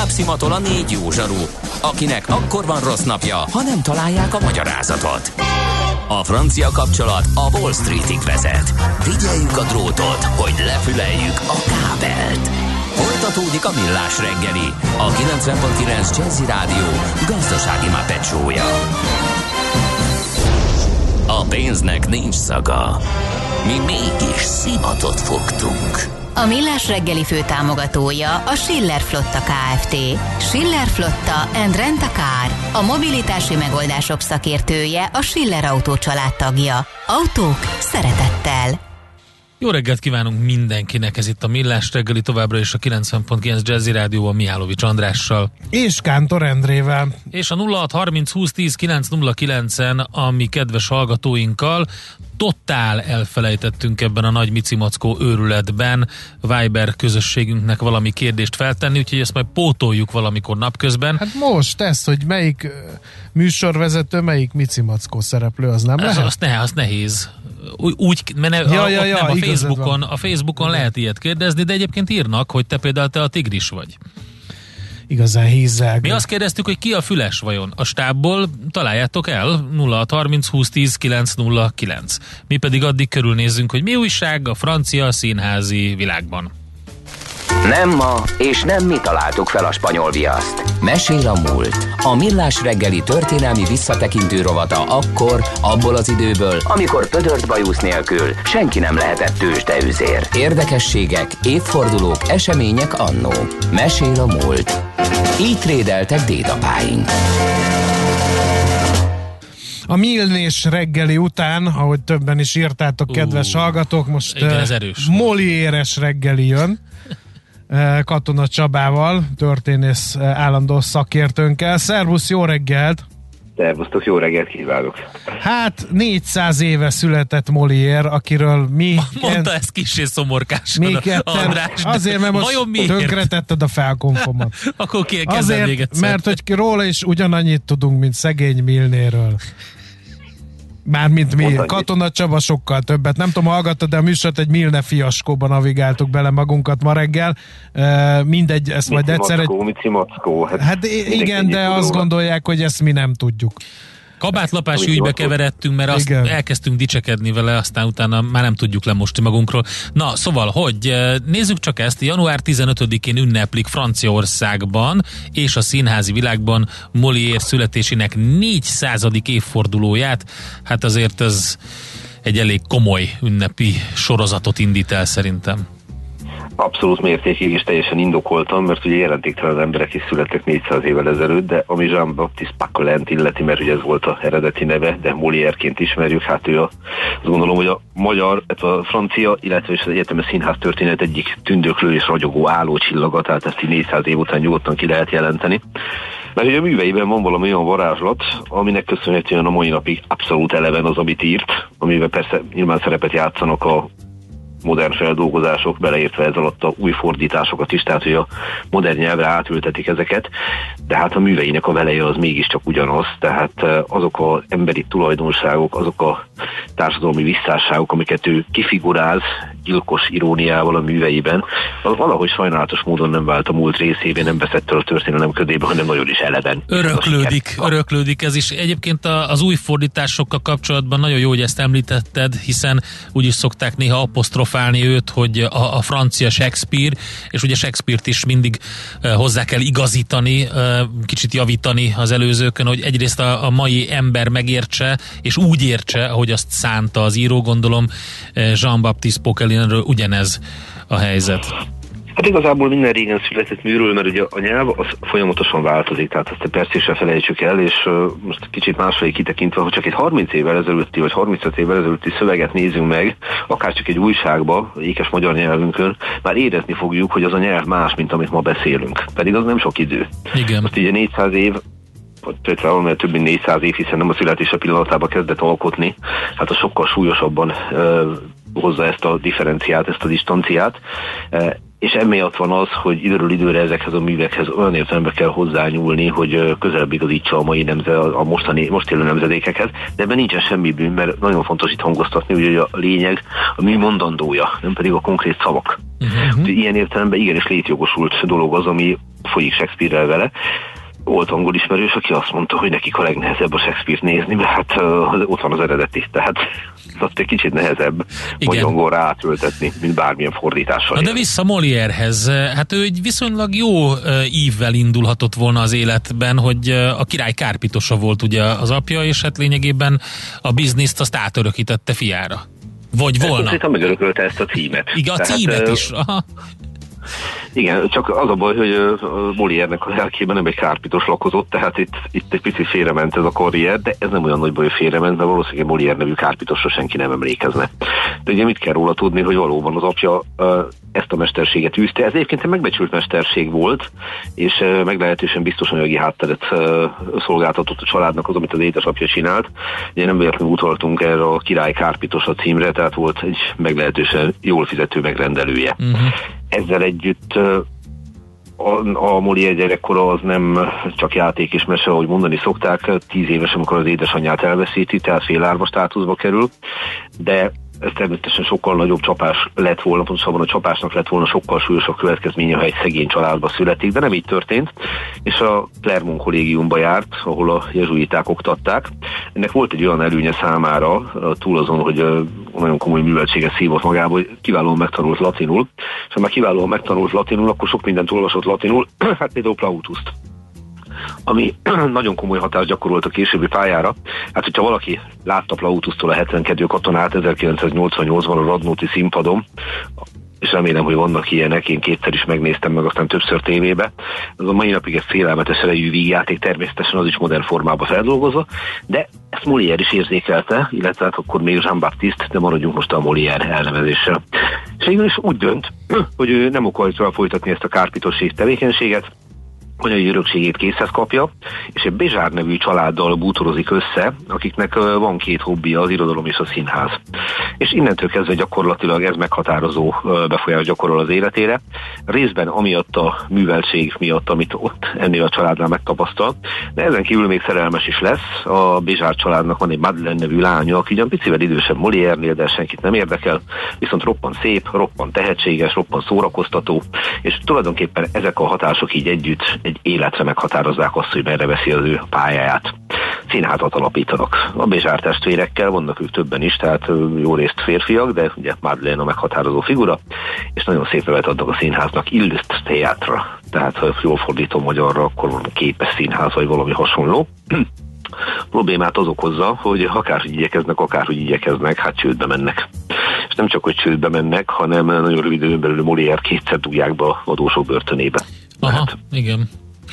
szimatol a 4 jó zsaru, akinek akkor van rossz napja, ha nem találják a magyarázatot. A francia kapcsolat a Wall Streetig vezet. Figyeljük a drótot, hogy lefüleljük a kábelt. Folytatódik a Millás reggeli, a 90.9 Jazzy Rádió gazdasági mápecsója. A pénznek nincs szaga. Mi mégis szimatot fogtunk. A Millás reggeli főtámogatója a Schiller Flotta Kft. Schiller Flotta and Rent a Car. A mobilitási megoldások szakértője, a Schiller Autó család tagja. Autók szeretettel. Jó reggelt kívánunk mindenkinek, ez itt a Millás reggeli, továbbra is a 90.9 Jazzy Rádióban Mihálovics Andrással. És Kántor Endrével. És a 0630 2010 909-en a mi kedves hallgatóinkkal totál elfelejtettünk ebben a nagy micimackó őrületben Viber közösségünknek valami kérdést feltenni, úgyhogy ezt majd pótoljuk valamikor napközben. Hát most ezt, hogy melyik műsorvezető, melyik micimackó szereplő, az nem lehet? Az nehéz. Úgy, mert a Facebookon lehet ilyet kérdezni, de egyébként írnak, hogy te például a tigris vagy. Igazán hízzel. Mi azt kérdeztük, hogy ki a füles vajon? A stábból találjátok el 0630 2010 909. Mi pedig addig körülnézzünk, hogy mi újság a francia színházi világban. Nem ma, és nem mi találtuk fel a spanyol viaszt. Mesél a múlt. A Millás reggeli történelmi visszatekintő rovata akkor, abból az időből, amikor pödört bajusz nélkül senki nem lehetett tőzsdeüzér. Érdekességek, évfordulók, események annó. Mesél a múlt. Így trédeltek dédapáink. A Milnés reggeli után, ahogy többen is írtátok, kedves hallgatók, most Molière-es reggeli jön. Katona Csabával, történész állandó szakértőnkkel. Szervusz, jó reggelt! Szervusztok, jó reggelt kívánok! Hát 400 éve született Molière, akiről mi... Mondta ezt kissé szomorkásan András. Azért, mert most tönkretetted a felkonfomat. Akkor kezdem még egyszer. Mert hogy róla is ugyanannyit tudunk, mint szegény Milnéről. Mármint mi, Katona Csaba sokkal többet. Nem tudom, hallgattad, de a műsort egy Milne fiaskóba navigáltuk bele magunkat ma reggel. Mindegy, ezt majd egyszer... Micimackó. Hát igen, de azt gondolják, hogy ezt mi nem tudjuk. Kabátlapási ügybe keveredtünk, mert azt elkezdtünk dicsekedni vele, aztán utána már nem tudjuk lemosni magunkról. Na, szóval, hogy nézzük csak ezt, január 15-én ünneplik Franciaországban és a színházi világban Molière születésének 400. évfordulóját. Hát azért ez egy elég komoly ünnepi sorozatot indít el szerintem. Abszolút mértékig is teljesen indokoltam, mert ugye jelentéktelen emberek is születtek 400 évvel ezelőtt, de ami Jean-Baptiste Poquelin illeti, mert ugye ez volt az eredeti neve, de Molière-ként ismerjük, hát ő azt gondolom, hogy a magyar, a francia, illetve az egyetemes színház történet egyik tündöklő és ragyogó állócsillaga, tehát ezt így 400 év után nyugodtan ki lehet jelenteni. Mert ugye a műveiben van valami olyan varázslat, aminek köszönhetően a mai napig abszolút eleven az, amit írt, amivel persze nyilván szerepet játszanak a modern feldolgozások, beleértve ez alatt a új fordításokat is, tehát hogy a modern nyelvre átültetik ezeket, de hát a műveinek a veleje az mégiscsak ugyanaz, tehát azok az emberi tulajdonságok, azok a társadalmi visszásságok, amiket ő kifiguráz gyilkos iróniával a műveiben, az valahogy sajnálatos módon nem vált a múlt részévé, nem veszett el a történelem ködébe, hanem nagyon is eleven. Öröklődik ez is. Egyébként az új fordításokkal kapcsolatban nagyon jó, hogy ezt említetted, hiszen úgy is szokták néha apostrofálni őt, hogy a francia Shakespeare, és ugye Shakespeare-t is mindig hozzá kell igazítani, kicsit javítani az előzőkön, hogy egyrészt a mai ember megértse, és úgy értse, ahogy azt szánta az író, gondolom Jean-Baptiste Poquelinről ugyanez a helyzet. Hát igazából minden régen született műről, mert ugye a nyelv az folyamatosan változik, tehát ezt persze se felejtsük el, és most kicsit másfelé kitekintve, hogy csak egy 30 évvel ezelőtti, vagy 35 évvel ezelőtti szöveget nézzünk meg, akár csak egy újságba, ékes magyar nyelvünkön, már érezni fogjuk, hogy az a nyelv más, mint amit ma beszélünk. Pedig az nem sok idő. Igen. Most ugye 400 év, vagy például több mint 400 év, hiszen nem a születése pillanatában kezdett alkotni, hát az sokkal súlyosabban hozza ezt a differenciát, ezt a distanciát. és emiatt van az, hogy időről időre ezekhez a művekhez olyan értelemben kell hozzányúlni, hogy közelebb igazítsa a mai most élő nemzedékekhez, de ebben nincsen semmi bűn, mert nagyon fontos itt hangoztatni, hogy a lényeg a mű mondandója, nem pedig a konkrét szavak. Ilyen értelemben igenis létjogosult dolog az, ami folyik Shakespeare-rel vele. Volt angol ismerős, aki azt mondta, hogy nekik a legnehezebb a Shakespeare-t nézni, mert hát ott van az eredeti, tehát azt egy kicsit nehezebb magyar angolra átültetni, mint bármilyen fordítással. De vissza Molièrehez, hát ő egy viszonylag jó ívvel indulhatott volna az életben, hogy a király kárpitosa volt ugye az apja, és hát lényegében a bizniszt azt átörökítette fiára. Vagy volna. Konkrétan megörökölte ezt a címet. Igen, a címet is. Aha. Igen, csak az a baj, hogy Molière-nek a lelkében nem egy kárpitos lakozott, tehát itt egy picit félrement ez a karrier, de ez nem olyan nagy baj, hogy félrement, mert valószínűleg Molière nevű kárpitosra senki nem emlékezne. De ugye mit kell róla tudni, hogy valóban az apja ezt a mesterséget űzte. Ez egyébként egy megbecsült mesterség volt, és meglehetősen biztos anyagi hátteret szolgáltatott a családnak az, amit az édesapja csinált. Ugye nem véletlenül utaltunk erre a király kárpitosa címre, tehát volt egy meglehetősen jól fizető megrendelője. Ezzel együtt a Molière gyerekkora az nem csak játék és mese, ahogy mondani szokták, 10 éves, amikor az édesanyját elveszíti, tehát félárva státuszba kerül, de ez természetesen sokkal nagyobb csapás lett volna, pontosabban a csapásnak lett volna sokkal súlyosabb következménye, ha egy szegény családba születik, de nem így történt, és a Clermont kollégiumba járt, ahol a jezsuiták oktatták. Ennek volt egy olyan előnye számára, túl azon, hogy nagyon komoly műveltséget szívott magába, hogy kiválóan megtanult latinul, és ha már kiválóan megtanult latinul, akkor sok mindent olvasott latinul, hát például Plautuszt, ami nagyon komoly hatást gyakorolt a későbbi pályára. Hát, hogyha valaki látta Plautusztól a 72 katonát 1988-ban a Radnóti színpadon, és remélem, hogy vannak ilyenek, én kétszer is megnéztem, meg aztán többször tévébe. Ez a mai napig egy félelmetes erejű vígjáték, természetesen az is modern formában feldolgozva, de ezt Molière is érzékelte, illetve hát akkor még Jean-Baptiste, de maradjunk most a Molière elnevezéssel. És végül is úgy dönt, hogy ő nem akarja folytatni ezt a kárpitosi tevékenységet, anyai örökségét készhez kapja, és egy Bézsár nevű családdal bútorozik össze, akiknek van két hobbija, az irodalom és a színház. És innentől kezdve gyakorlatilag ez meghatározó befolyást gyakorol az életére. Részben amiatt a műveltség miatt, amit ott ennél a családnál megtapasztal, de ezen kívül még szerelmes is lesz. A Bézsár családnak van egy Madeleine nevű lánya, aki ugyan picivel idősebb Molière-nél, de senkit nem érdekel, viszont roppant szép, roppant tehetséges, roppant szórakoztató, és tulajdonképpen ezek a hatások így együtt egy életre meghatározzák azt, hogy merre veszi az ő pályáját. Színházat alapítanak. A Bézsár testvérekkel, vannak ők többen is, tehát jó részt férfiak, de ugye Madeleine a meghatározó figura, és nagyon szép nevet adnak a színháznak, Illustre Theatre. Tehát ha jól fordítom magyarra, akkor valami képes színház, vagy valami hasonló. Problémát az okozza, hogy akárhogy igyekeznek, hát csődbe mennek. És nem csak, hogy csődbe mennek, hanem nagyon rövid időn belül Molière kétszer dugják be a adósok börtönébe. Aha, hát, igen.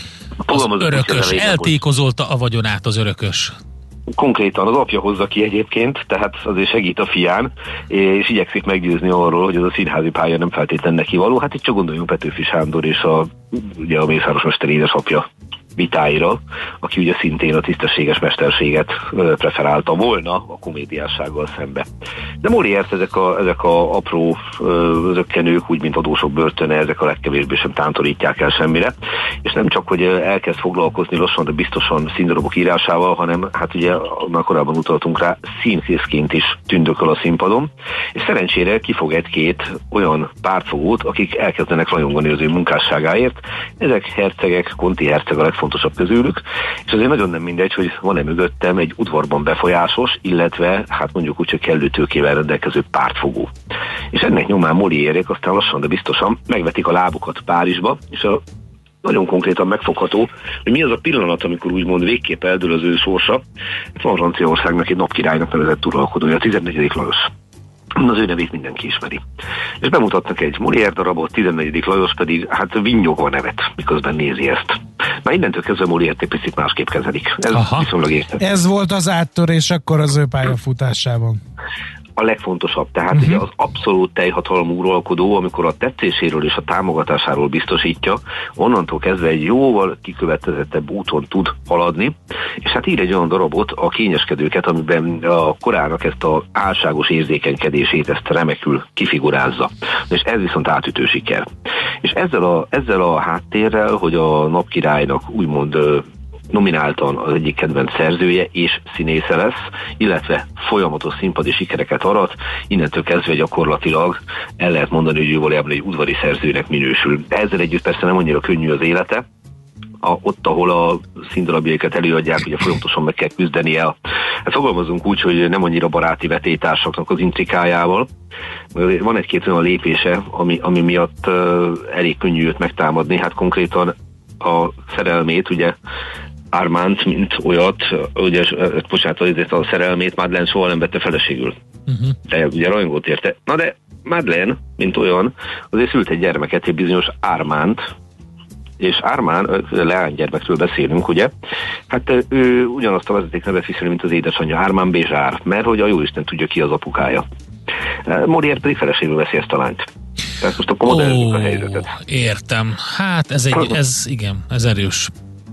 Az örökös, eltékozolta a vagyonát az örökös. Konkrétan az apja hozza ki egyébként, tehát azért segít a fián, és igyekszik meggyőzni arról, hogy ez a színházi pálya nem feltétlenül neki való. Hát itt csak gondoljunk Petőfi Sándor és ugye a Mészáros Mester édesapja vitáira, aki ugye szintén a tisztességes mesterséget preferálta volna a komédiássággal szembe. De Molière ezek a apró zökkenők, úgy mint adósok börtöne, ezek a legkevésbé sem tántorítják el semmire, és nem csak, hogy elkezd foglalkozni lassan, de biztosan színdarabok írásával, hanem hát ugye már korábban utaltunk rá, színészként is tündököl a színpadon, és szerencsére kifog egy-két olyan pártfogót, akik elkezdenek rajongani az ő munkásságáért. Ezek hercegek, Conti herceg a legfontosabb közülük, és azért nagyon nem mindegy, hogy van-e mögöttem egy udvarban befolyásos, illetve hát mondjuk úgy, hogy kellő tőkével rendelkező pártfogó. És ennek nyomán Molière-ék aztán lassan, de biztosan megvetik a lábukat Párizsba, és nagyon konkrétan megfogható, hogy mi az a pillanat, amikor úgymond végképp eldől az ő sorsa. Van Franciaországnak egy napkirálynak nevezett uralkodója, a 14. Lajos. Az ő nevét mindenki ismeri. És bemutatnak egy Molière darabot, 14. Lajos pedig hát vinnyogva nevet, miközben nézi ezt. Már innentől kezdve Molière-t egy picit másképp kezelik. Ez viszonylag érthető. Ez volt az áttörés akkor az ő pályafutásában. a legfontosabb. Tehát ugye az abszolút teljhatalmú uralkodó, amikor a tetszéséről és a támogatásáról biztosítja, onnantól kezdve egy jóval kikövetezettebb úton tud haladni, és hát ír egy olyan darabot, a Kényeskedőket, amiben a korának ezt az álságos érzékenykedését, ezt remekül kifigurázza. És ez viszont átütő siker. És ezzel a háttérrel, hogy a Napkirálynak úgymond nomináltan az egyik kedvenc szerzője és színésze lesz, illetve folyamatos színpadi sikereket arat, innentől kezdve gyakorlatilag el lehet mondani, hogy ő valójában egy udvari szerzőnek minősül. De ezzel együtt persze nem annyira könnyű az élete, ott, ahol a színdarabjaikat előadják, ugye folyamatosan meg kell küzdenie. Hát fogalmazunk úgy, hogy nem annyira baráti vetélytársaknak az intrikájával. Van egy-két olyan lépése, ami miatt elég könnyű őt megtámadni. Hát konkrétan a szerelmét, ugye Armand, mint olyat, ugye, bocsánat, a szerelmét Madeleine soha nem vette feleségül. De ugye rajongót érte. Na de Madeleine, mint olyan, azért szült egy gyermeket, egy bizonyos Armand, és Armand, leánygyermekről beszélünk, ugye? Hát ő ugyanazt a vezetéknevet viseli, mint az édesanyja, Armand Bézsár, mert hogy a jóisten tudja, ki az apukája. Molière pedig feleségül veszi ezt a lányt. Tehát most akkor modellezzük a helyzetet. Értem. Hát ez erős.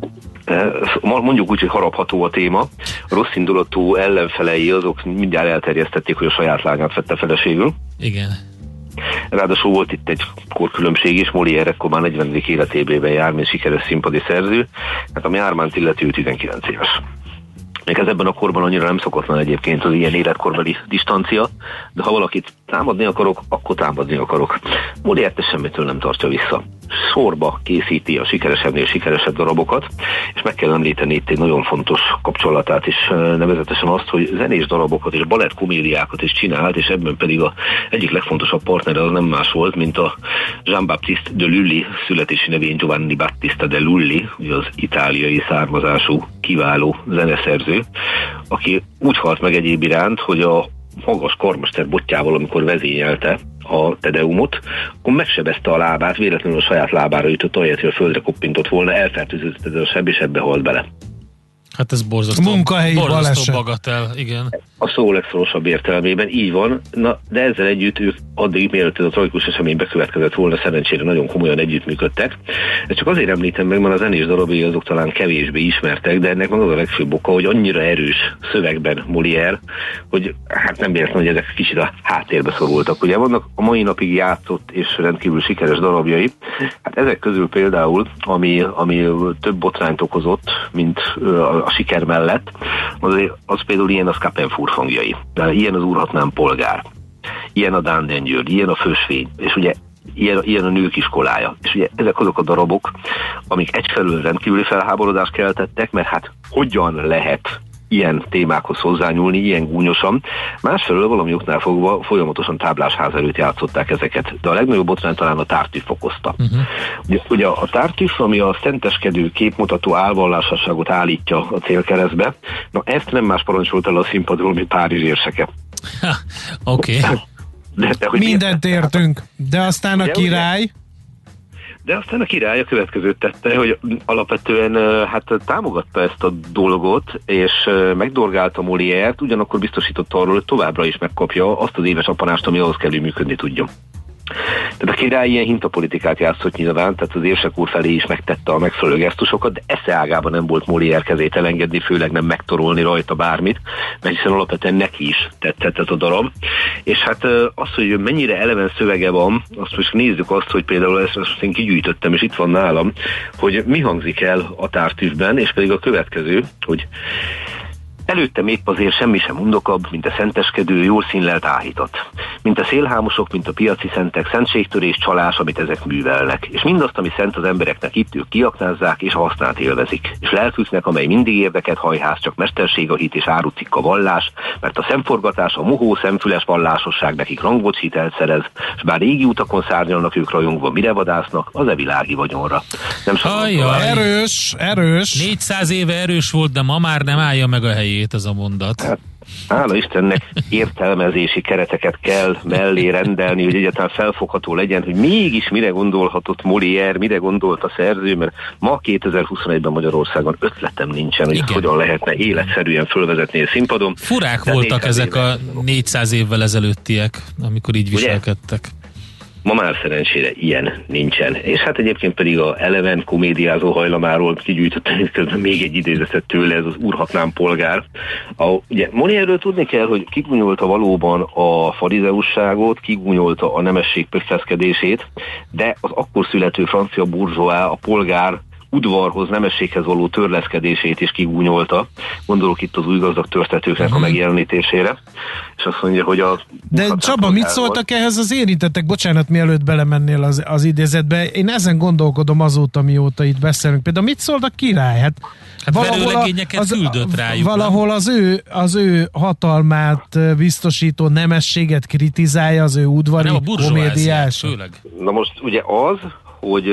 Mondjuk úgy, hogy harapható a téma. A rossz indulatú ellenfelei azok mindjárt elterjesztették, hogy a saját lányát vette feleségül. Igen. Ráadásul volt itt egy korkülönbség is, Molière ekkor már 40. életében jár, mint sikeres színpadi szerző, hát ami Armand illeti, ő 19 éves. Még ez ebben a korban annyira nem szokatlan egyébként az ilyen életkorbeli distancia, de ha valakit támadni akarok, akkor támadni akarok. Molière semmitől nem tartja vissza. Sorba készíti a sikeresebbnél sikeresebb darabokat, és meg kell említeni itt egy nagyon fontos kapcsolatát is, nevezetesen azt, hogy zenés darabokat és balettkomédiákat is csinált, és ebben pedig az egyik legfontosabb partnere az nem más volt, mint a Jean-Baptiste de Lully, születési nevén Giovanni Battista de Lully, ugye az itáliai származású kiváló zeneszerző, aki úgy halt meg egyéb iránt, hogy a magas karmester botjával, amikor vezényelte a Tedeumot, akkor megsebezte a lábát, véletlenül a saját lábára jutott, ahelyett, hogy a földre koppintott volna, elfertőzött a seb, és ebbe halt bele. Hát ez borzasztó bagatel, igen. A szó legszorosabb értelmében így van, de ezzel együtt ők addig, mielőtt ez a tragikus esemény bekövetkezett volna, szerencsére nagyon komolyan együttműködtek. Ezt csak azért említem meg, mert a zenés darabjai azok talán kevésbé ismertek, de ennek meg az a legfőbb oka, hogy annyira erős szövegben Molière, hogy hát nem véletlen, hogy ezek kicsit a háttérbe szorultak. Ugye vannak a mai napig játszott és rendkívül sikeres darabjai, hát ezek közül például, ami több botrányt okozott, mint a siker mellett, az például ilyen a Scapin-Four hangjai. Ilyen az Úrhatnám polgár, ilyen a Dándeny György, ilyen a Fösvény, és ugye ilyen a Nők iskolája. És ugye ezek azok a darabok, amik egyfelől rendkívüli felháborodást keltettek, mert hát hogyan lehet ilyen témákhoz hozzányúlni, ilyen gúnyosan. Másfelől valami oknál fogva folyamatosan táblásház előtt játszották ezeket. De a legnagyobb botrány talán a Tartüff okozta. Ugye a Tartüff, ami a szenteskedő képmutató álvallásosságot állítja a célkeresztbe, na ezt nem más parancsolt el a színpadról, mint Párizs érseke. Oké. Mindent értünk, de aztán a király... De aztán a király a következőt tette, hogy alapvetően hát támogatta ezt a dolgot, és megdorgálta Molière-t, ugyanakkor biztosította arról, hogy továbbra is megkapja azt az éves apanást, ami ahhoz kell, hogy működni tudjon. Tehát a király ilyen hintapolitikát játszott nyilván, tehát az érsek úr felé is megtette a megfelelő gesztusokat, de esze ágában nem volt Molière kezét elengedni, főleg nem megtorolni rajta bármit, mert hiszen alapvetően neki is tetszett ez a darab. És hát az, hogy mennyire eleven szövege van, azt most nézzük azt, hogy például ezt én kigyűjtöttem, és itt van nálam, hogy mi hangzik el a Tartüffben, és pedig a következő, hogy előttem épp azért semmi sem undokabb, mint a szenteskedő, jól színlelt áhítat. Mint a szélhámosok, mint a piaci szentek, szentségtörés, csalás, amit ezek művelnek. És mindazt, ami szent az embereknek, itt ők kiaknázzák, és a hasznát élvezik. És lelküknek, amely mindig érdeket hajház, csak mesterség a hit és árucikk a vallás, mert a szemforgatás, a mohó, szemfüles vallásosság nekik rangbocs hitelt szerez, és bár régi utakon szárnyalnak ők rajongva, mire vadásznak, az világi vagyonra. Nem erős. 400 éve erős volt, de ma már nem állja meg a helyét. esélyét ez a mondat. Hát, hála Istennek értelmezési kereteket kell mellé rendelni, hogy egyáltalán felfogható legyen, hogy mégis mire gondolhatott Molière, mire gondolt a szerző, mert ma 2021-ben Magyarországon ötletem nincsen, hogy hogyan lehetne életszerűen fölvezetni a színpadon. Furák voltak ezek a 400 évvel ezelőttiek, amikor így viselkedtek. Ma már szerencsére ilyen nincsen. És hát egyébként pedig a eleven komédiázó hajlamáról kigyűjtöttem közben még egy idézetet tőle, ez az Úrhatnám polgár. Ugye Molière-ről tudni kell, hogy kigúnyolta valóban a farizeusságot, kigúnyolta a nemesség pöffeszkedését, de az akkor születő francia burzsóá a polgár udvarhoz, nemességhez való törleszkedését is kigúnyolta. Gondolok itt az új gazdag törtetőknek a megjelenítésére. És azt mondja, hogy De Csaba, mit szóltak ehhez az érintettek? Bocsánat, mielőtt belemennél az idézetbe. Én ezen gondolkodom azóta, mióta itt beszélünk. Például mit szólt a király? Hát verőlegényeket küldött rájuk. Valahol az ő hatalmát biztosító nemességet kritizálja, az ő udvari komédiás. Na most ugye az, hogy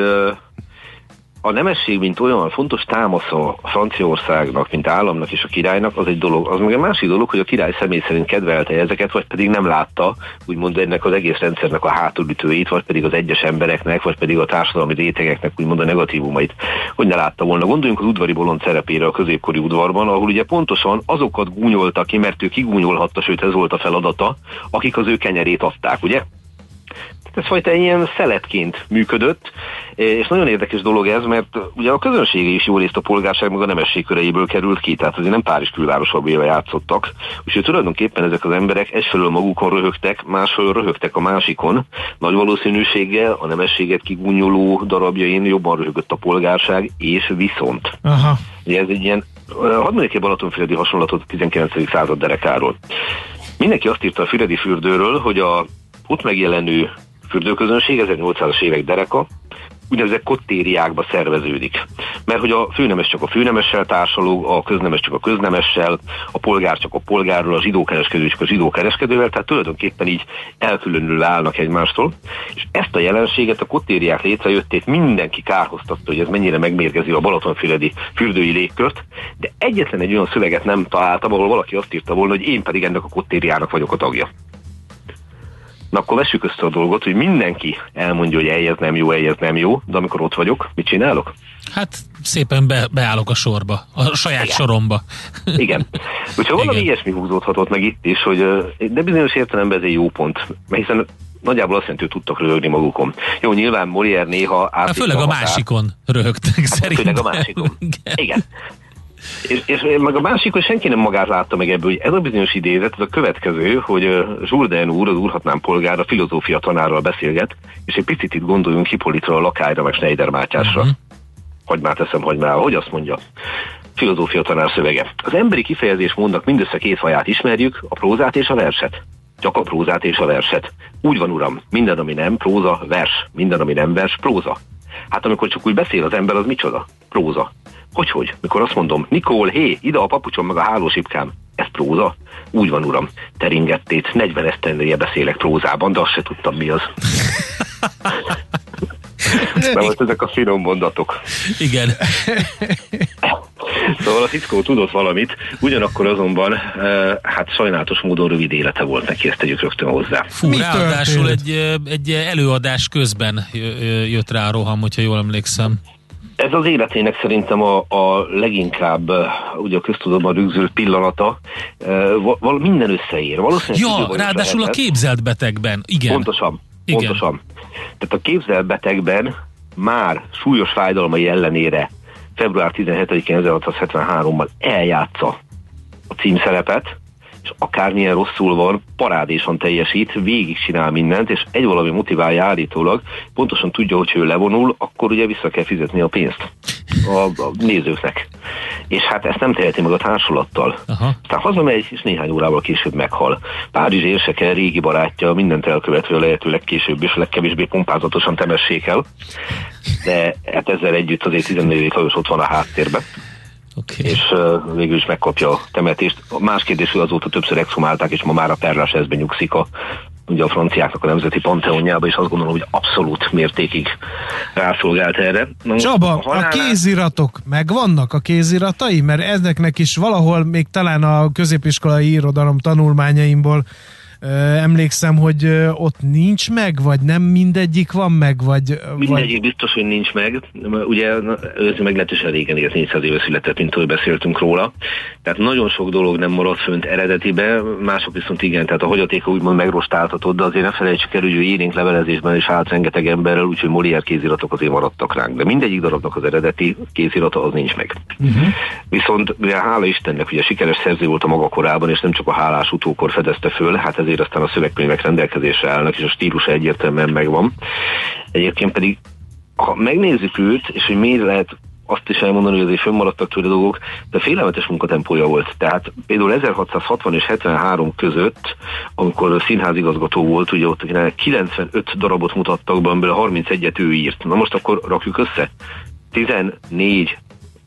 a nemesség, mint olyan fontos támasza Franciaországnak, mint államnak és a királynak, az egy dolog. Az meg egy másik dolog, hogy a király személy szerint kedvelte ezeket, vagy pedig nem látta, úgymond ennek az egész rendszernek a hátulütőjét, vagy pedig az egyes embereknek, vagy pedig a társadalmi rétegeknek úgymond a negatívumait, hogy ne látta volna. Gondoljunk az udvari bolond szerepére a középkori udvarban, ahol ugye pontosan azokat gúnyolta ki, mert ő kigúnyolhatta, sőt ez volt a feladata, akik az ő kenyerét adták, ugye? Ez fajta ilyen szeletként működött, és nagyon érdekes dolog ez, mert ugye a közönsége is jó részt a polgárság meg a nemesség köreiből került ki, tehát azért nem Párizs külvárosabb éve játszottak, úgyhogy tulajdonképpen ezek az emberek egyfelől magukon röhögtek, másfelől röhögtek a másikon, nagy valószínűséggel a nemességet kigúnyoló darabjain jobban röhögött a polgárság, és viszont. Aha. Ugye ez egy ilyen, hadd mondjuk egy balatonfüredi hasonlatot a 19. század derekáról. Mindenki azt írta a füredi fürdőről, hogy a ott megjelenő fürdőközönség 1800-as évek dereka úgynevezett kottériákba szerveződik. Mert hogy a főnemes csak a főnemessel társalog, a köznemes csak a köznemessel, a polgár csak a polgárról, a zsidókereskedő csak a zsidókereskedővel, tehát tulajdonképpen így elkülönül állnak egymástól. És ezt a jelenséget, a kottériák létrejöttét mindenki kárhoztatta, hogy ez mennyire megmérgezi a balatonfüredi fürdői légkört, de egyetlen egy olyan szöveget nem találtam, ahol valaki azt írta volna, hogy én pedig ennek a kottériának vagyok a tagja. Na akkor vessük össze a dolgot, hogy mindenki elmondja, hogy eljez nem jó, de amikor ott vagyok, mit csinálok? Hát szépen beállok a sorba, a saját soromba. Igen. Úgyhogy valami ilyesmi húzódhatott meg itt is, hogy de bizonyos értelemben ez egy jó pont, mert hiszen nagyjából azt jelenti, hogy tudtak röhögni magukon. Jó, nyilván Molière néha főleg a másikon röhögtek szerintem. Főleg a másikon. Igen. És meg a másik, hogy senki nem magát látta meg ebből, hogy ez a bizonyos idézet, ez a következő, hogy Jourdain úr, az Úrhatnám polgár, a filozófia tanárral beszélget, és egy picit itt gondoljunk Hippolytra, Lakályra, meg Schneider Mátyásra. Hagymát eszem, hagymával. Hogy azt mondja? Filozófia tanár szövege. Az emberi kifejezés mondnak mindössze két faját ismerjük, a prózát és a verset. Csak a prózát és a verset. Úgy van, uram, minden, ami nem próza, vers. Minden, ami nem vers, próza. Hát amikor csak úgy beszél az ember, az micsoda? Próza. Hogy? Mikor azt mondom, Nikól, hé, ide a papucsom meg a hálósipkám. Ez próza? Úgy van, uram. Teringettét, 40 esztendeje beszélek prózában, de azt se tudtam, mi az. Na most ezek a finom mondatok. Igen. Szóval a fickó tudott valamit, ugyanakkor azonban hát sajnálatos módon rövid élete volt neki, ezt tegyük rögtön hozzá. Fú, ráadásul egy előadás közben jött rá a roham, hogyha jól emlékszem. Ez az életének szerintem a leginkább ugye a köztudatban rögzült pillanata. Minden összeér. Ja, ráadásul a képzelt betegben. Igen. Pontosan. Tehát a képzelt betegben már súlyos fájdalmai ellenére február 17-én 1673-ban eljátsza a címszerepet, és akármilyen rosszul van, parádésan teljesít, végig csinál mindent, és egy valami motiválja állítólag, pontosan tudja, hogy ő levonul, akkor ugye vissza kell fizetni a pénzt a nézőknek. És hát ezt nem teheti meg a társulattal. Aztán hazamegy, és néhány órával később meghal. Párizs érseke, régi barátja, mindent elkövetve a lehető legkésőbb és legkevésbé pompázatosan temessék el, de hát ezzel együtt azért 14. Lajos ott van a háttérben. Okay. És végül is megkapja a temetést. Más kérdés, hogy azóta többször exhumálták, és ma már a Perlás ezben nyugszik a ugye a franciáknak a nemzeti panteonjába, és azt gondolom, hogy abszolút mértékig rászolgált erre. Na, Csaba, a kéziratok megvannak a kéziratai? Mert ezeknek is valahol még talán a középiskolai irodalom tanulmányaimból emlékszem, hogy ott nincs meg, vagy nem mindegyik van meg, vagy... Mindegyik biztos, hogy nincs meg. Ugye ez meglehetősen régen élt, 400 éve született, mint ahogy beszéltünk róla. Tehát nagyon sok dolog nem maradt fönt eredetibe, mások viszont igen, tehát a hagyatéka úgymond megrostáltatott, de azért ne felejtsük el, hogy ő élénk levelezésben is állt rengeteg emberrel, úgyhogy Molière kéziratok azért maradtak ránk. De mindegyik darabnak az eredeti kézirata az nincs meg. Viszont mivel hála Istennek, ugye sikeres szerző volt a maga korában, és nem csak a hálás utókor fedezte föl, hát ezért aztán a szövegkönyvek rendelkezésre állnak, és a stílusa egyértelműen megvan. Egyébként pedig, ha megnézzük őt, és hogy miért lehet azt is elmondani, hogy azért fönnmaradtak tőle dolgok, de félelmetes munkatempója volt. Tehát például 1660 és 73 között, amikor színházigazgató volt, ugye ott 95 darabot mutattak be, amiből 31-et ő írt. Na most akkor rakjuk össze. 14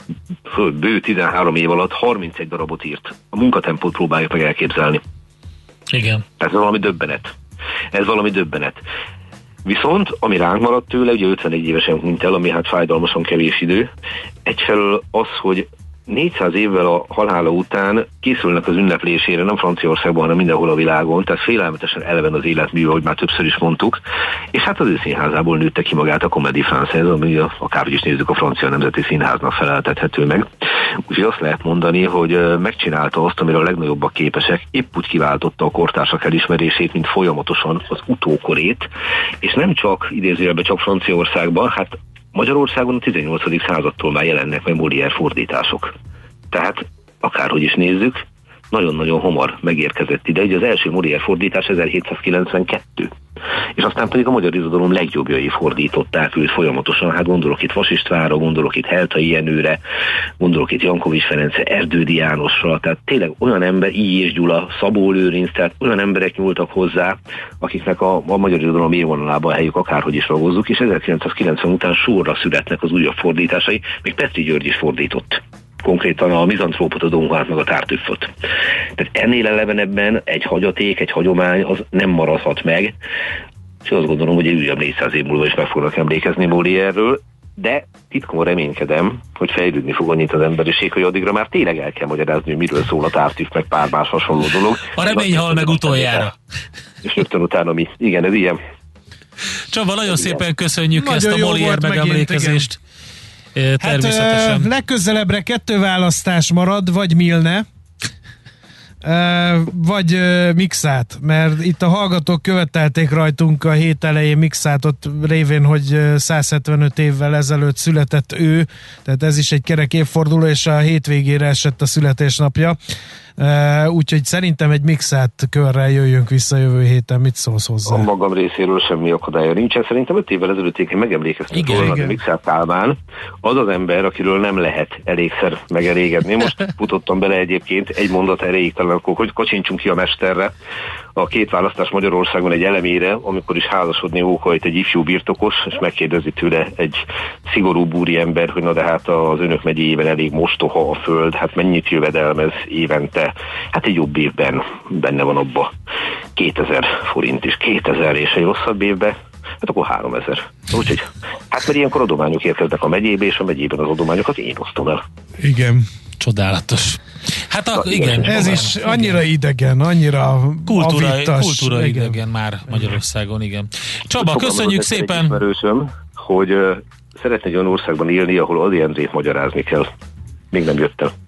bő 13 év alatt 31 darabot írt. A munkatempót próbáljuk meg elképzelni. Igen. Ez valami döbbenet. Viszont, ami ránk maradt tőle, ugye 51 évesen hunyt el, ami hát fájdalmasan kevés idő. Egyfelől az, hogy 400 évvel a halála után készülnek az ünneplésére, nem Franciaországban, hanem mindenhol a világon, tehát félelmetesen eleven az életműve, ahogy már többször is mondtuk, és hát az ő színházából nőtte ki magát a Comédie Française, ami akárhogy is nézzük, a francia nemzeti színháznak feleltethető meg. Úgyhogy azt lehet mondani, hogy megcsinálta azt, amire a legnagyobbak képesek, épp úgy kiváltotta a kortársak elismerését, mint folyamatosan az utókorét, és nem csak idézőjelben csak Franciaországban, hát Magyarországon a 18. századtól már jelennek meg Molière fordítások. Tehát akárhogy is nézzük, nagyon-nagyon hamar megérkezett ide, ugye az első Molière fordítás 1792. És aztán pedig a magyar irodalom legjobbjai fordították őt folyamatosan, hát gondolok itt Vas Istvánra, gondolok itt Heltai Jenőre, gondolok itt Jankovics Ferencre, Erdődy Jánosra, tehát tényleg olyan ember, Illyés Gyula, Szabó Lőrinc, tehát olyan emberek nyúltak hozzá, akiknek a magyar irodalom élvonalában a helyük akárhogy is ragozzuk, és 1990 után sorra születnek az újabb fordításai, még Petri György is fordított. Konkrétan a mizantrópot, a Don Juant, meg a Tartüffot. Tehát ennél elevenebben egy hagyaték, egy hagyomány az nem maradhat meg, és azt gondolom, hogy egy újabb 400 év múlva is meg fognak emlékezni Molière-ről, de titkon reménykedem, hogy fejlődni fog annyit az emberiség, hogy addigra már tényleg el kell magyarázni, hogy miről szól a Tartüff, meg pár más hasonló dolog. A remény hal meg utoljára. És rögtön utána mi. Igen, ez ilyen. Csaba, nagyon szépen köszönjük nagyon ezt a Molière megemlékezést. Természetesen. Hát legközelebbre 2 választás marad, vagy Milne, vagy Mixát, mert itt a hallgatók követelték rajtunk a hét elején Mixátot révén, hogy 175 évvel ezelőtt született ő, tehát ez is egy kerek évforduló, és a hétvégére esett a születésnapja. Úgyhogy szerintem egy Mixát körrel jöjjünk vissza jövő héten. Mit szólsz hozzá? A magam részéről semmi akadálya nincsen. Szerintem 5 évvel ezelőtt én megemlékeztem volna, hogy Mixát Kálmán az az ember, akiről nem lehet elégszer megelégedni. Most futottam bele egyébként egy mondat erejéig, talán akkor hogy kocsintsunk ki a mesterre. A 2 választás Magyarországon egy elemére, amikor is házasodni óhajt egy ifjú birtokos, és megkérdezi tőle egy szigorú úriember, hogy na de hát az önök megyéjében elég mostoha a föld, hát mennyit jövedelmez évente? Hát egy jobb évben benne van abba 2000 forint is, 2000 és egy rosszabb évben, hát akkor 3000. Úgyhogy, hát mert ilyenkor adományok érkeznek a megyébe, és a megyében az adományokat én osztom el. Igen. Csodálatos. Hát igen. Ez is annyira idegen, annyira kultúra idegen már Magyarországon, igen. Csaba, köszönjük szépen! Ismerősöm, hogy szeretne egy olyan országban élni, ahol Ady Endrét magyarázni kell. Még nem jött el.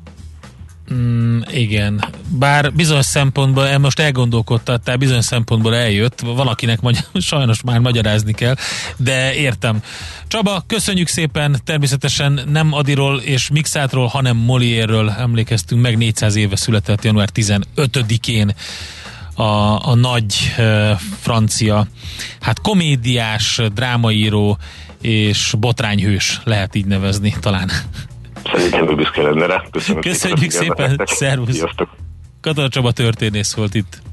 Igen. Bár bizonyos szempontból, most elgondolkodtattál, bizonyos szempontból eljött, valakinek sajnos már magyarázni kell, de értem. Csaba, köszönjük szépen, természetesen nem Adyról és Mixátról, hanem Molière-ről emlékeztünk meg, 400 éve született január 15-én a nagy francia, hát komédiás, drámaíró és botrányhős, lehet így nevezni talán. Szerintem ő büszke lenne rá. Köszönjük szépen, szervusz! Katona Csaba történész volt itt.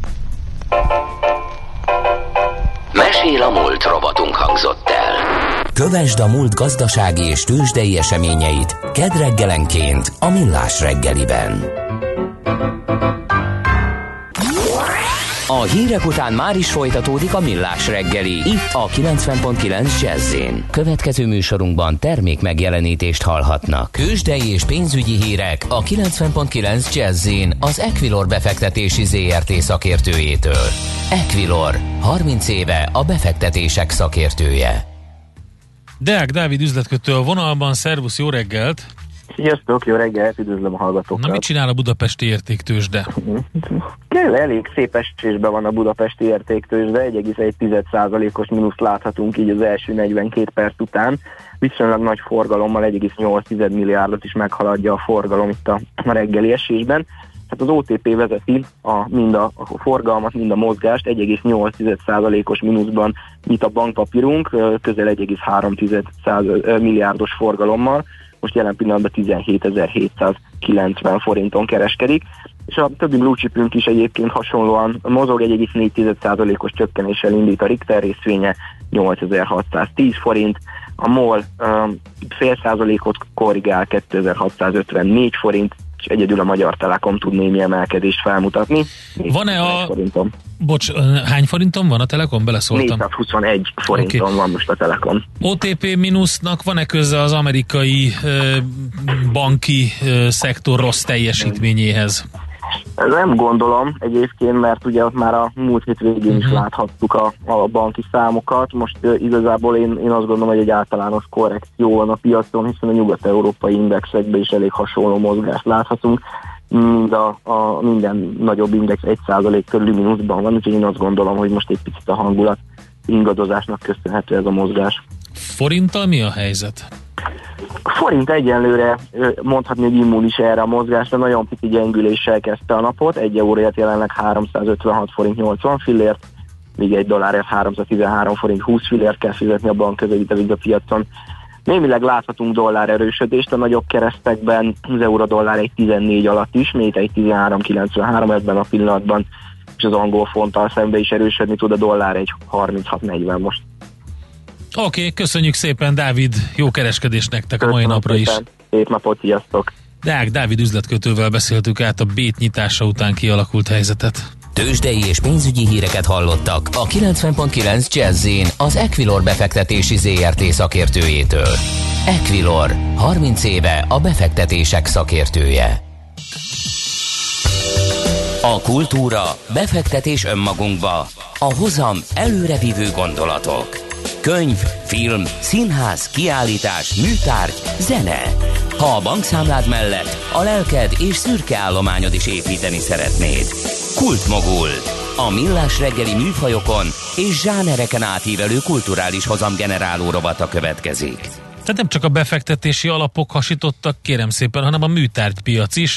Mesél a múlt robotunk hangzott el. Kövesd a múlt gazdasági és tőzsdei eseményeit kedd reggelenként a Millás reggeliben. A hírek után már is folytatódik a Millás reggeli, itt a 90.9 Jazz-in. Következő műsorunkban termék megjelenítést hallhatnak. Tőzsdei és pénzügyi hírek a 90.9 Jazz-in az Equilor befektetési ZRT szakértőjétől. Equilor, 30 éve a befektetések szakértője. Deák Dávid üzletkötő a vonalban, szervusz, jó reggelt! Sziasztok, jó reggelt, üdvözlöm a hallgatókat! Na, mit csinál a budapesti értéktőzsde? Elég szép esésben van a budapesti értéktőzsde, 1,1%-os mínuszt láthatunk így az első 42 perc után. Viszonylag nagy forgalommal 1,8 milliárdot is meghaladja a forgalom itt a reggeli esésben. Hát az OTP vezeti mind a forgalmat, mind a mozgást, 1,8%-os mínuszban nyit a bankpapírunk, közel 1,3 milliárdos forgalommal. Most jelen pillanatban 17.790 forinton kereskedik, és a többi blue chipünk is egyébként hasonlóan mozog, 1,4%-os csökkenéssel indít a Richter részvénye, 8610 forint, a MOL fél százalékot korrigál, 2654 forint, és egyedül a Magyar Telekom tud némi emelkedést felmutatni. Van-e a... Forinton. Bocs, hány forinton van a Telekom? Beleszóltam. 421 forinton van most a Telekom. OTP mínusznak van-e köze az amerikai banki szektor rossz teljesítményéhez? Nem gondolom egyébként, mert ugye ott már a múlt hét végén is láthattuk a banki számokat. Most igazából én azt gondolom, hogy egy általános korrekció van a piacon, hiszen a nyugat-európai indexekben is elég hasonló mozgást láthatunk. Minden nagyobb index 1% körüli mínuszban van, úgyhogy én azt gondolom, hogy most egy picit a hangulat ingadozásnak köszönhető ez a mozgás. Forinttal mi a helyzet? A forint egyenlőre mondhatni, hogy immunis erre a mozgásra, nagyon pici gyengüléssel kezdte a napot, 1 euróért jelenleg 356 forint 80 fillért, míg egy dollárért 313 forint 20 fillért kell fizetni a bankközi devizapiacon. Némileg láthatunk dollár erősödést a nagyobb keresztekben, az euró-dollár egy 14 alatt is, még egy 13,93 ebben a pillanatban, és az angol fonttal szembe is erősödni tud, a dollár egy 36,40 most. Oké, köszönjük szépen, Dávid, jó kereskedést nektek a mai napra is. Szép napot, sziasztok! Deák Dávid üzletkötővel beszéltük át a BÉT nyitása után kialakult helyzetet. Tőzsdei és pénzügyi híreket hallottak a 90.9 Jazz-in az Equilor befektetési ZRT szakértőjétől. Equilor, 30 éve a befektetések szakértője. A kultúra, befektetés önmagunkba, a hozam előrevívő gondolatok. Könyv, film, színház, kiállítás, műtárgy, zene. Ha a bankszámlád mellett a lelked és szürke állományod is építeni szeretnéd. Kultmogul. A millás reggeli műfajokon és zsánereken átívelő kulturális hozamgeneráló rovata következik. Tehát nem csak a befektetési alapok hasítottak, kérem szépen, hanem a műtárgypiac is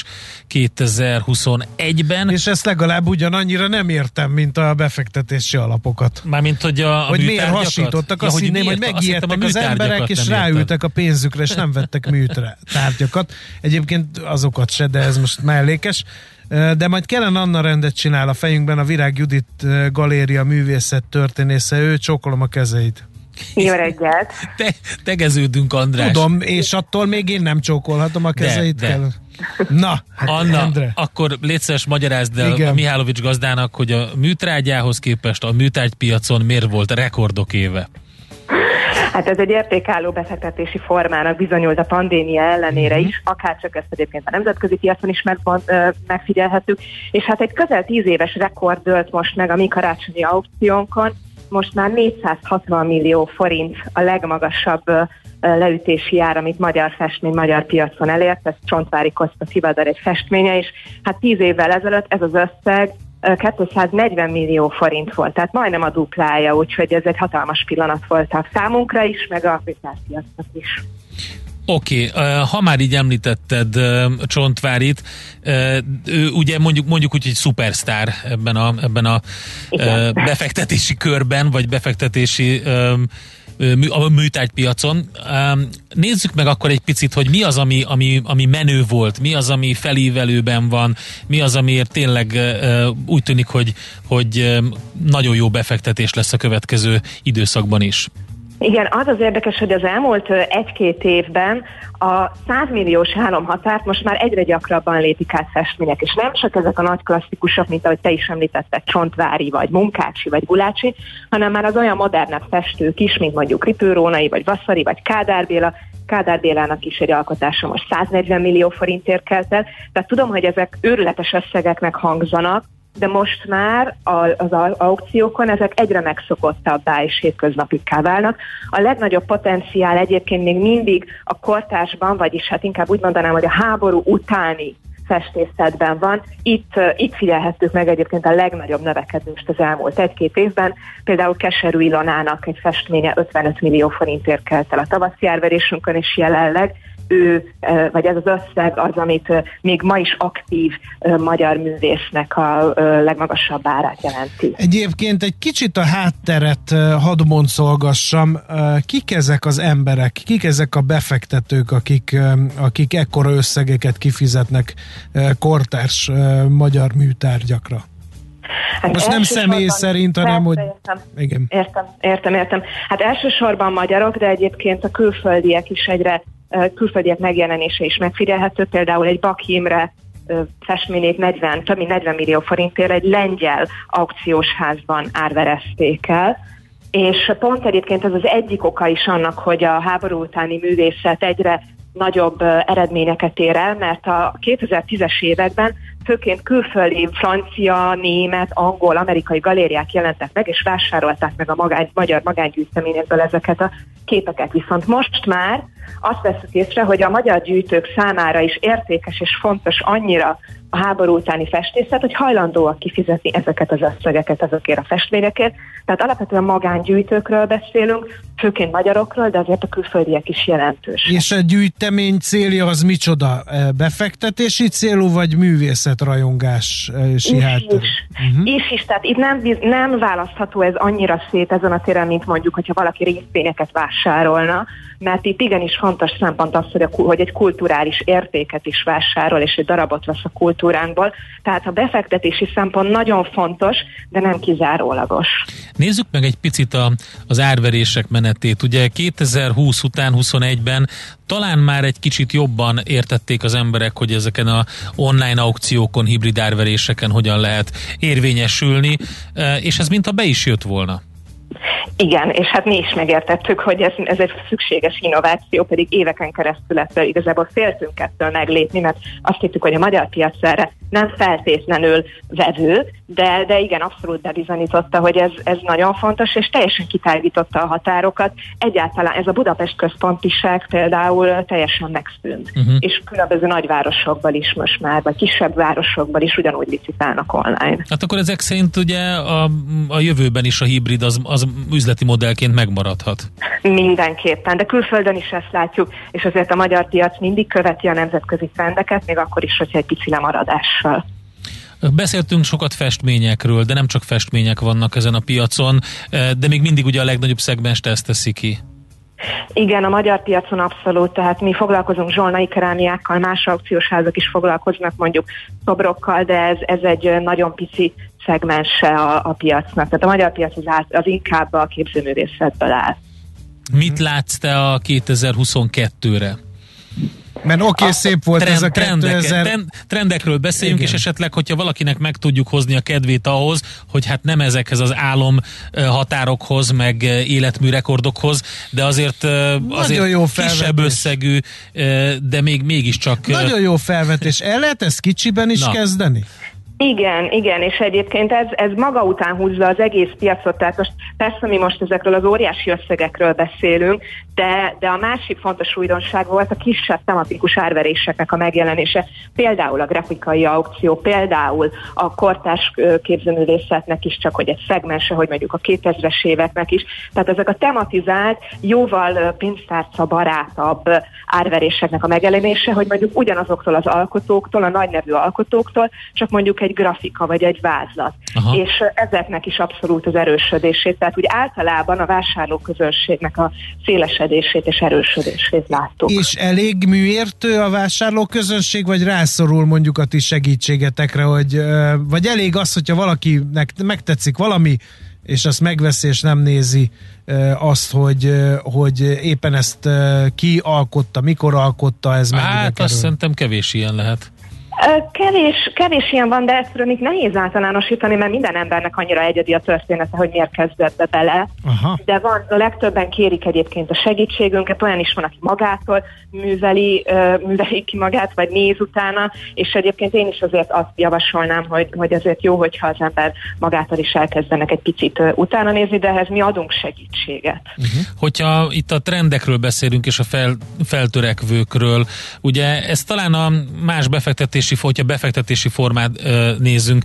2021-ben. És ezt legalább ugyanannyira nem értem, mint a befektetési alapokat. Mármint, hogy a hogy miért hasítottak, azt hinném, hogy megijedtek az emberek, és ráültek a pénzükre, és nem vettek műtárgyakat. Egyébként azokat se, de ez most mellékes. De majd kellene Anna rendet csinál a fejünkben, a Virág Judit Galéria művészet történésze, ő, csókolom a kezeit. Jó reggelt! Tegeződünk, András. Tudom, és attól még én nem csókolhatom a kezeit. De. Na, hát Anna, Endre. akkor légy szíves, magyarázd el a Mihálovics gazdának, hogy a műtrágyához képest a műtárgypiacon miért volt rekordok éve? Hát ez egy értékálló befektetési formának bizonyult a pandémia ellenére is, akárcsak ezt egyébként a nemzetközi piacon is megfigyelhetők, és hát egy közel 10 éves rekord dőlt most meg a mi karácsonyi aukciónkon. Most már 460 millió forint a legmagasabb leütési ár, amit magyar festmény magyar piacon elért, ez Csontváry Koszta Tivadar egy festménye, és hát 10 évvel ezelőtt ez az összeg 240 millió forint volt, tehát majdnem a duplája, úgyhogy ez egy hatalmas pillanat volt a számunkra is, meg a piacnak is. Oké, ha már így említetted Csontvárit, ő ugye mondjuk úgy, hogy szupersztár ebben a befektetési körben, vagy befektetési a műtárgypiacon. Nézzük meg akkor egy picit, hogy mi az, ami menő volt, mi az, ami felívelőben van, mi az, amiért tényleg úgy tűnik, hogy nagyon jó befektetés lesz a következő időszakban is. Igen, az érdekes, hogy az elmúlt 1-2 évben a 100 milliós álomhatárt most már egyre gyakrabban lépik át festmények, és nem csak ezek a nagy klasszikusok, mint ahogy te is említetted, Csontváry, vagy Munkácsi, vagy Gulácsi, hanem már az olyan modernebb festők is, mint mondjuk Ripőrónai, vagy Vasszari, vagy Kádár Béla. Kádár Bélának is egy alkotása most 140 millió forintért kelt el, tehát tudom, hogy ezek őrületes összegeknek hangzanak, de most már az aukciókon ezek egyre megszokottabbá és hétköznapikká válnak. A legnagyobb potenciál egyébként még mindig a kortársban, vagyis hát inkább úgy mondanám, hogy a háború utáni festészetben van. Itt figyelhettük meg egyébként a legnagyobb növekedést az elmúlt 1-2 évben. Például Keserű Ilonának egy festménye 55 millió forintért kelt el a tavaszi árverésünkön, és jelenleg vagy ez az összeg az, amit még ma is aktív magyar művésznek a legmagasabb árát jelenti. Egyébként egy kicsit a hátteret hadd boncolgassam. Kik ezek az emberek, kik ezek a befektetők, akik ekkora összegeket kifizetnek kortárs magyar műtárgyakra? Hát most nem személy szerint, hanem hogy... Igen. Értem. Hát elsősorban magyarok, de egyébként a külföldiek is külföldiek megjelenése is megfigyelhető. Például egy Bak Imre festményét több mint 40 millió forintért egy lengyel aukciós házban árverezték el, és pont egyébként ez az egyik oka is annak, hogy a háború utáni művészet egyre nagyobb eredményeket ér el, mert a 2010-es években főként külföldi, francia, német, angol, amerikai galériák jelentek meg, és vásárolták meg a magyar magángyűjteményekből ezeket a képeket. Viszont most már azt veszük észre, hogy a magyar gyűjtők számára is értékes és fontos annyira a háború utáni festészet, hogy hajlandóak kifizetni ezeket az összegeket azokért a festményekért. Tehát alapvetően magángyűjtőkről beszélünk, főként magyarokról, de azért a külföldiek is jelentős. És a gyűjtemény célja az micsoda? Befektetési célú, vagy művészetrajongási háttér? Is, tehát itt nem választható ez annyira szét ezen a téren, mint mondjuk, hogyha valaki részvényeket vásárolna, mert itt igenis fontos szempont az, hogy egy kulturális értéket is vásárol, és egy darabot vesz a kultúránkból. Tehát a befektetési szempont nagyon fontos, de nem kizárólagos. Nézzük meg egy picit az árverések menetét. Ugye 2020 után 21-ben talán már egy kicsit jobban értették az emberek, hogy ezeken a online aukciókon, hibrid árveréseken hogyan lehet érvényesülni, és ez mintha be is jött volna. Igen, és hát mi is megértettük, hogy ez egy szükséges innováció, pedig éveken keresztül ettől igazából féltünk ettől meglépni, mert azt hittük, hogy a magyar piac erre nem feltétlenül vevő, de igen, abszolút bebizonyította, hogy ez nagyon fontos, és teljesen kitágította a határokat. Egyáltalán ez a Budapest központiság például teljesen megszűnt, és különböző nagyvárosokban is most már, vagy kisebb városokban is ugyanúgy licitálnak online. Hát akkor ezek szerint ugye a jövőben is a hibrid az üzleti modellként megmaradhat. Mindenképpen, de külföldön is ezt látjuk, és azért a magyar piac mindig követi a nemzetközi trendeket, még akkor is, hogyha egy pici lemaradással. Beszéltünk sokat festményekről, de nem csak festmények vannak ezen a piacon, de még mindig ugye a legnagyobb szegmens ezt teszi ki. Igen, a magyar piacon abszolút, tehát mi foglalkozunk zsolnai kerámiákkal, más aukciós házak is foglalkoznak mondjuk szobrokkal, de ez egy nagyon pici szegmense a piacnak. Tehát a magyar piac az inkább a képzőművészetből áll. Mit látsz te a 2022-re? Mert szép volt ez a 2000... Trendekről beszéljünk, igen. És esetleg, hogyha valakinek meg tudjuk hozni a kedvét ahhoz, hogy hát nem ezekhez az álom határokhoz, meg életműrekordokhoz, de azért kisebb összegű, de mégiscsak... Nagyon jó felvetés. El lehet ezt kicsiben is kezdeni? Igen, és egyébként ez maga után húzza az egész piacot, tehát most persze mi most ezekről az óriási összegekről beszélünk, de a másik fontos újdonság volt a kisebb tematikus árveréseknek a megjelenése, például a grafikai aukció, például a kortárs képzőművészetnek is, csak hogy egy szegmense, hogy mondjuk a 2000-es éveknek is, tehát ezek a tematizált, jóval pénztárca barátabb árveréseknek a megjelenése, hogy mondjuk ugyanazoktól az alkotóktól, a nagynevű alkotóktól, csak mondjuk egy grafika vagy egy vázlat. Aha. És ezeknek is abszolút az erősödését, tehát úgy általában a vásárlóközönségnek a szélesedését és erősödését láttuk. És elég műértő a vásárlóközönség, vagy rászorul mondjuk a ti segítségetekre, vagy elég az, hogyha valakinek megtetszik valami, és azt megveszi, és nem nézi azt, hogy éppen ezt ki alkotta, mikor alkotta, ez mennyibe kerül. Azt szerintem kevés ilyen lehet. Kevés ilyen van, de ezt még nehéz általánosítani, mert minden embernek annyira egyedi a története, hogy miért kezdett be bele. Aha. De van, a legtöbben kérik egyébként a segítségünket, olyan is van, aki magától műveli ki magát, vagy néz utána, és egyébként én is azért azt javasolnám, hogy azért jó, hogyha az ember magától is elkezdenek egy picit utána nézni, de ehhez mi adunk segítséget. Hogyha itt a trendekről beszélünk, és a feltörekvőkről, ugye ez talán a más befektetési formát nézünk,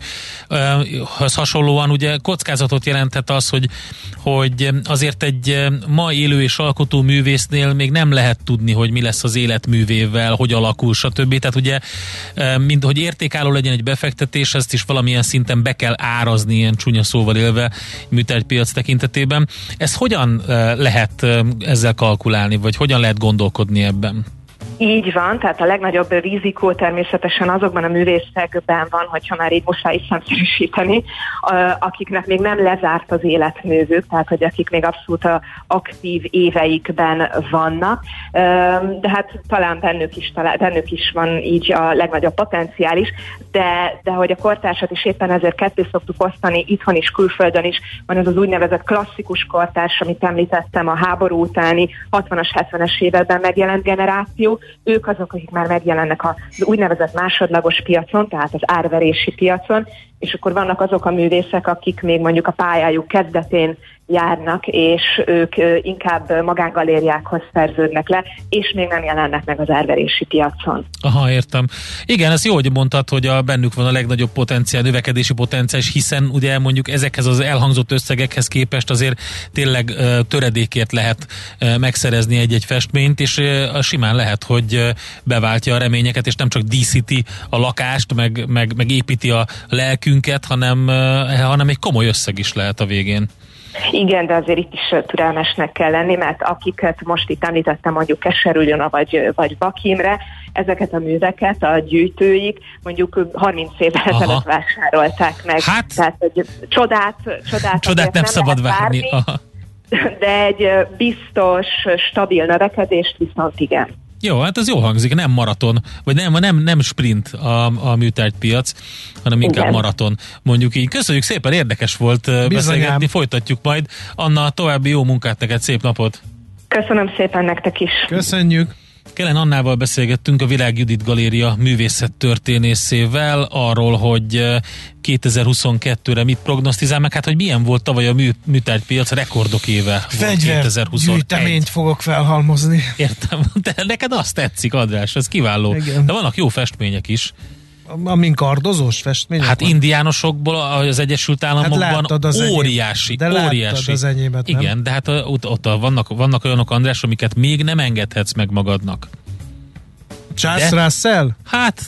hasonlóan ugye kockázatot jelenthet az, hogy azért egy ma élő és alkotó művésznél még nem lehet tudni, hogy mi lesz az életművével, hogy alakul, stb. Tehát ugye, mint hogy értékálló legyen egy befektetés, ezt is valamilyen szinten be kell árazni, ilyen csúnya szóval élve műtárgypiac tekintetében. Ezt hogyan lehet ezzel kalkulálni, vagy hogyan lehet gondolkodni ebben? Így van, tehát a legnagyobb rizikó természetesen azokban a művészekben van, hogyha már így muszáj számszerűsíteni, akiknek még nem lezárt az életművük, tehát hogy akik még abszolút aktív éveikben vannak, de hát talán bennük is van így a legnagyobb potenciál is, de hogy a kortársat is éppen ezért ketté szoktuk osztani, itthon is, külföldön is, van ez az úgynevezett klasszikus kortárs, amit említettem, a háború utáni 60-as, 70-es években megjelent generáció. Ők azok, akik már megjelennek az úgynevezett másodlagos piacon, tehát az árverési piacon, és akkor vannak azok a művészek, akik még mondjuk a pályájuk kezdetén járnak, és ők inkább magángalériákhoz szerződnek le, és még nem jelennek meg az árverési piacon. Aha, értem. Igen, ez jó, hogy mondtad, hogy bennük van a legnagyobb potenciál, növekedési potenciál, hiszen ugye mondjuk ezekhez az elhangzott összegekhez képest azért tényleg töredékért lehet megszerezni egy-egy festményt, és simán lehet, hogy beváltja a reményeket, és nem csak díszíti a lakást, meg építi a lelkünket, hanem egy komoly összeg is lehet a végén. Igen, de azért itt is türelmesnek kell lenni, mert akiket most itt említettem, mondjuk Keserüljön vagy Vakimre, ezeket a műveket a gyűjtőik mondjuk 30 évvel ezelőtt vásárolták meg. Hát, tehát, hogy csodát nem szabad várni. De egy biztos, stabil növekedést viszont igen. Jó, hát ez jó hangzik, nem maraton, vagy nem sprint a műtárgypiac, hanem inkább igen. Maraton. Mondjuk így. Köszönjük szépen, érdekes volt beszélgetni, folytatjuk majd. Anna, további jó munkát neked, szép napot! Köszönöm szépen nektek is! Köszönjük! Kellen Annával beszélgettünk, a Virág Judit Galéria művészettörténészével arról, hogy 2022-re mit prognosztizál, meg hát, hogy milyen volt tavaly a műtárgypiac, rekordok éve volt 2021. Gyűjteményt fogok felhalmozni. Értem, de neked azt tetszik, András, ez kiváló. Igen. De vannak jó festmények is. Amin kardozós festmények? Hát van? Indiánosokból az Egyesült Államokban óriási. De láttad az enyémet, nem? Igen, de hát ott vannak olyanok, András, amiket még nem engedhetsz meg magadnak. Charles Russell? Hát,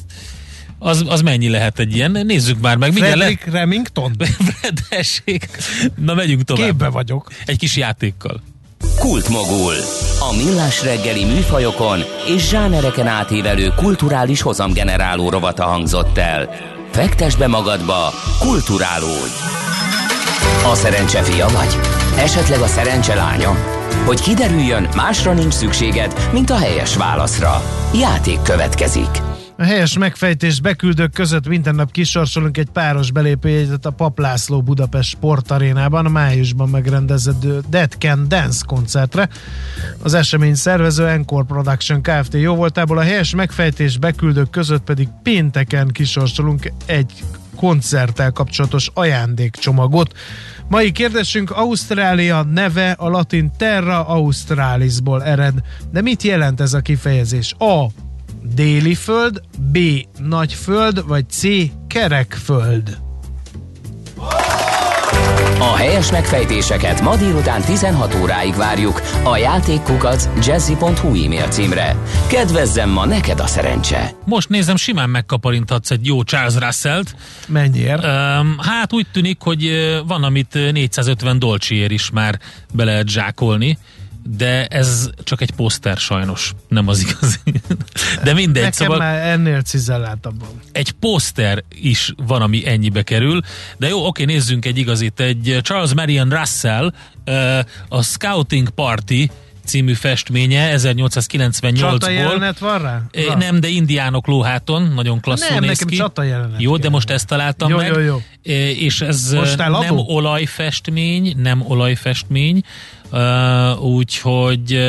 az mennyi lehet egy ilyen? Nézzük már meg. Frederick Remington? Tessék. Na, megyünk tovább. Képbe vagyok. Egy kis játékkal. Kultmogul. A millás reggeli műfajokon és zsánereken átívelő kulturális hozamgeneráló rovata hangzott el. Fektesd be magadba, kulturálódj! A szerencse fia vagy? Esetleg a szerencse lánya? Hogy kiderüljön, másra nincs szükséged, mint a helyes válaszra. Játék következik. A helyes megfejtés beküldők között minden nap kisorsolunk egy páros belépőjegyet a Pap László Budapest Sportarénában a májusban megrendeződő Dead Can Dance koncertre. Az esemény szervező Encore Production Kft. Jóvoltából, a helyes megfejtés beküldők között pedig pénteken kisorsolunk egy koncerttel kapcsolatos ajándékcsomagot. Mai kérdésünk: Ausztrália neve a latin Terra Australisból ered. De mit jelent ez a kifejezés? A. Déli föld, B. Nagy föld, vagy C. Kerek föld? A helyes megfejtéseket ma délután 16 óráig várjuk a játékkukac@jazzy.hu e-mail címre. Kedvezzem ma neked a szerencse! Most nézem, simán megkaparinthatsz egy jó Charles Russellt. Mennyiért? Hát úgy tűnik, hogy van, amit $450 is már be lehet zsákolni. de ez csak egy poszter sajnos, nem az igazi. De mindegy, nekem szóval már ennél cizelláltabban. egy poszter is van, ami ennyibe kerül, de jó, oké, nézzünk egy igazit. Egy Charles Marion Russell, a Scouting Party című festménye 1898-ból. Csata jelenet van rá? Nem, de indiánok lóháton, nagyon klasszul néz nekem ki. Csata jelenet. Jó, de most ezt találtam jó, meg. Jó. És ez nem olajfestmény, úgyhogy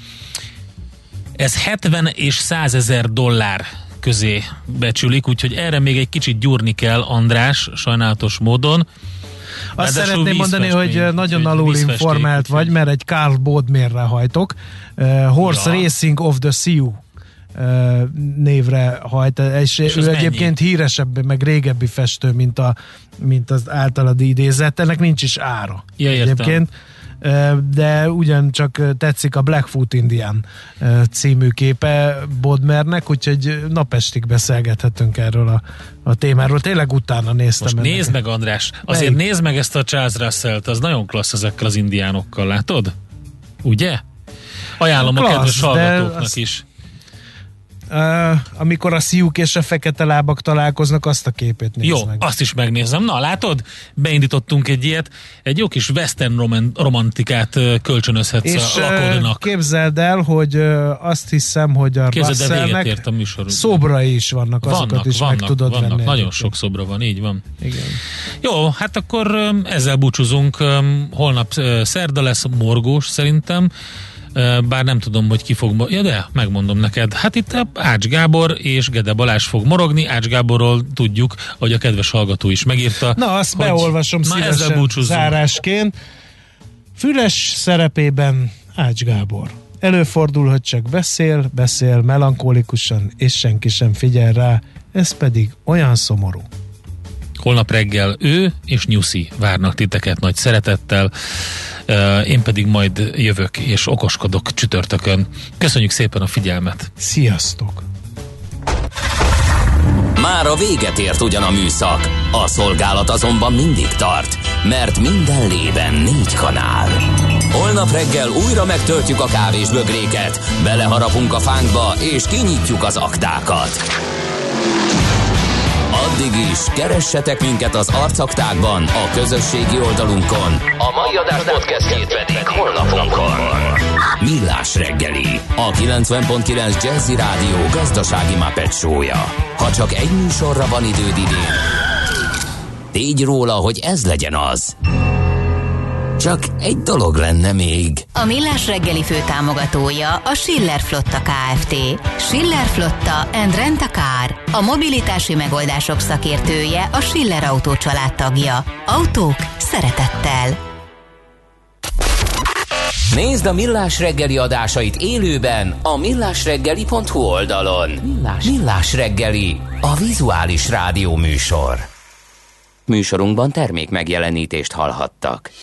ez 70 és 100 ezer dollár közé becsülik, úgyhogy erre még egy kicsit gyúrni kell, András, sajnálatos módon. Azt szeretném mondani, hogy nagyon alulinformált vagy, mert egy Carl Bodmerre hajtok. Horse Racing of the Sioux névre hajt, és ő egyébként híresebb, meg régebbi festő, mint az általad idézett. Ennek nincs is ára egyébként. De ugyancsak tetszik a Blackfoot Indian című képe Bodmernek, úgyhogy napestig beszélgethetünk erről a témáról. Tényleg utána néztem. Most nézd meg, András, azért nézd meg ezt a Charles Russell-t, az nagyon klassz ezekkel az indiánokkal, látod? Ugye? Ajánlom klassz, a kedves hallgatóknak is. Amikor a Sioux és a fekete lábak találkoznak, azt a képét nézd jó, meg. Azt is megnézem. Na, látod? Beindítottunk egy ilyet. Egy jó kis western romantikát kölcsönözhetsz a lakodnak. Képzeld el, hogy azt hiszem, hogy a Russellnek szobrai is vannak, azokat is meg tudod venni. Nagyon egyébként. Sok szobra van, így van. Igen. Jó, hát akkor ezzel búcsúzunk. Holnap szerda lesz, morgós szerintem. Bár nem tudom, hogy ki fog de megmondom neked. Hát itt Ács Gábor és Gede Balázs fog morogni. Ács Gáborról tudjuk, hogy a kedves hallgató is megírta. Na, azt beolvasom szívesen zárásként. Füles szerepében Ács Gábor. Előfordul, hogy csak beszél melankólikusan, és senki sem figyel rá. Ez pedig olyan szomorú. Holnap reggel ő és Nyuszi várnak titeket nagy szeretettel. Én pedig majd jövök és okoskodok csütörtökön. Köszönjük szépen a figyelmet! Sziasztok! Már a véget ért ugyan a műszak, a szolgálat azonban mindig tart, mert minden lében 4 kanál. Holnap reggel újra megtöltjük a kávésbögréket, beleharapunk a fánkba és kinyitjuk az aktákat. Addig is keressetek minket az arcaktákban, a közösségi oldalunkon. A mai adás podcastjét pedig honlapunkon. Millás reggeli, a 90.9 Jazzy Rádió gazdasági Muppet show-ja. Ha csak egy műsorra van időd idén, tégy róla, hogy ez legyen az. Csak egy dolog lenne még. A Millás reggeli főtámogatója a Schiller Flotta Kft. Schiller Flotta and Rent a Car. A mobilitási megoldások szakértője, a Schiller Autó családtagja. Autók szeretettel. Nézd a Millás reggeli adásait élőben a millásreggeli.hu oldalon. Millás reggeli, a vizuális rádió műsor. Műsorunkban termék megjelenítést hallhattak.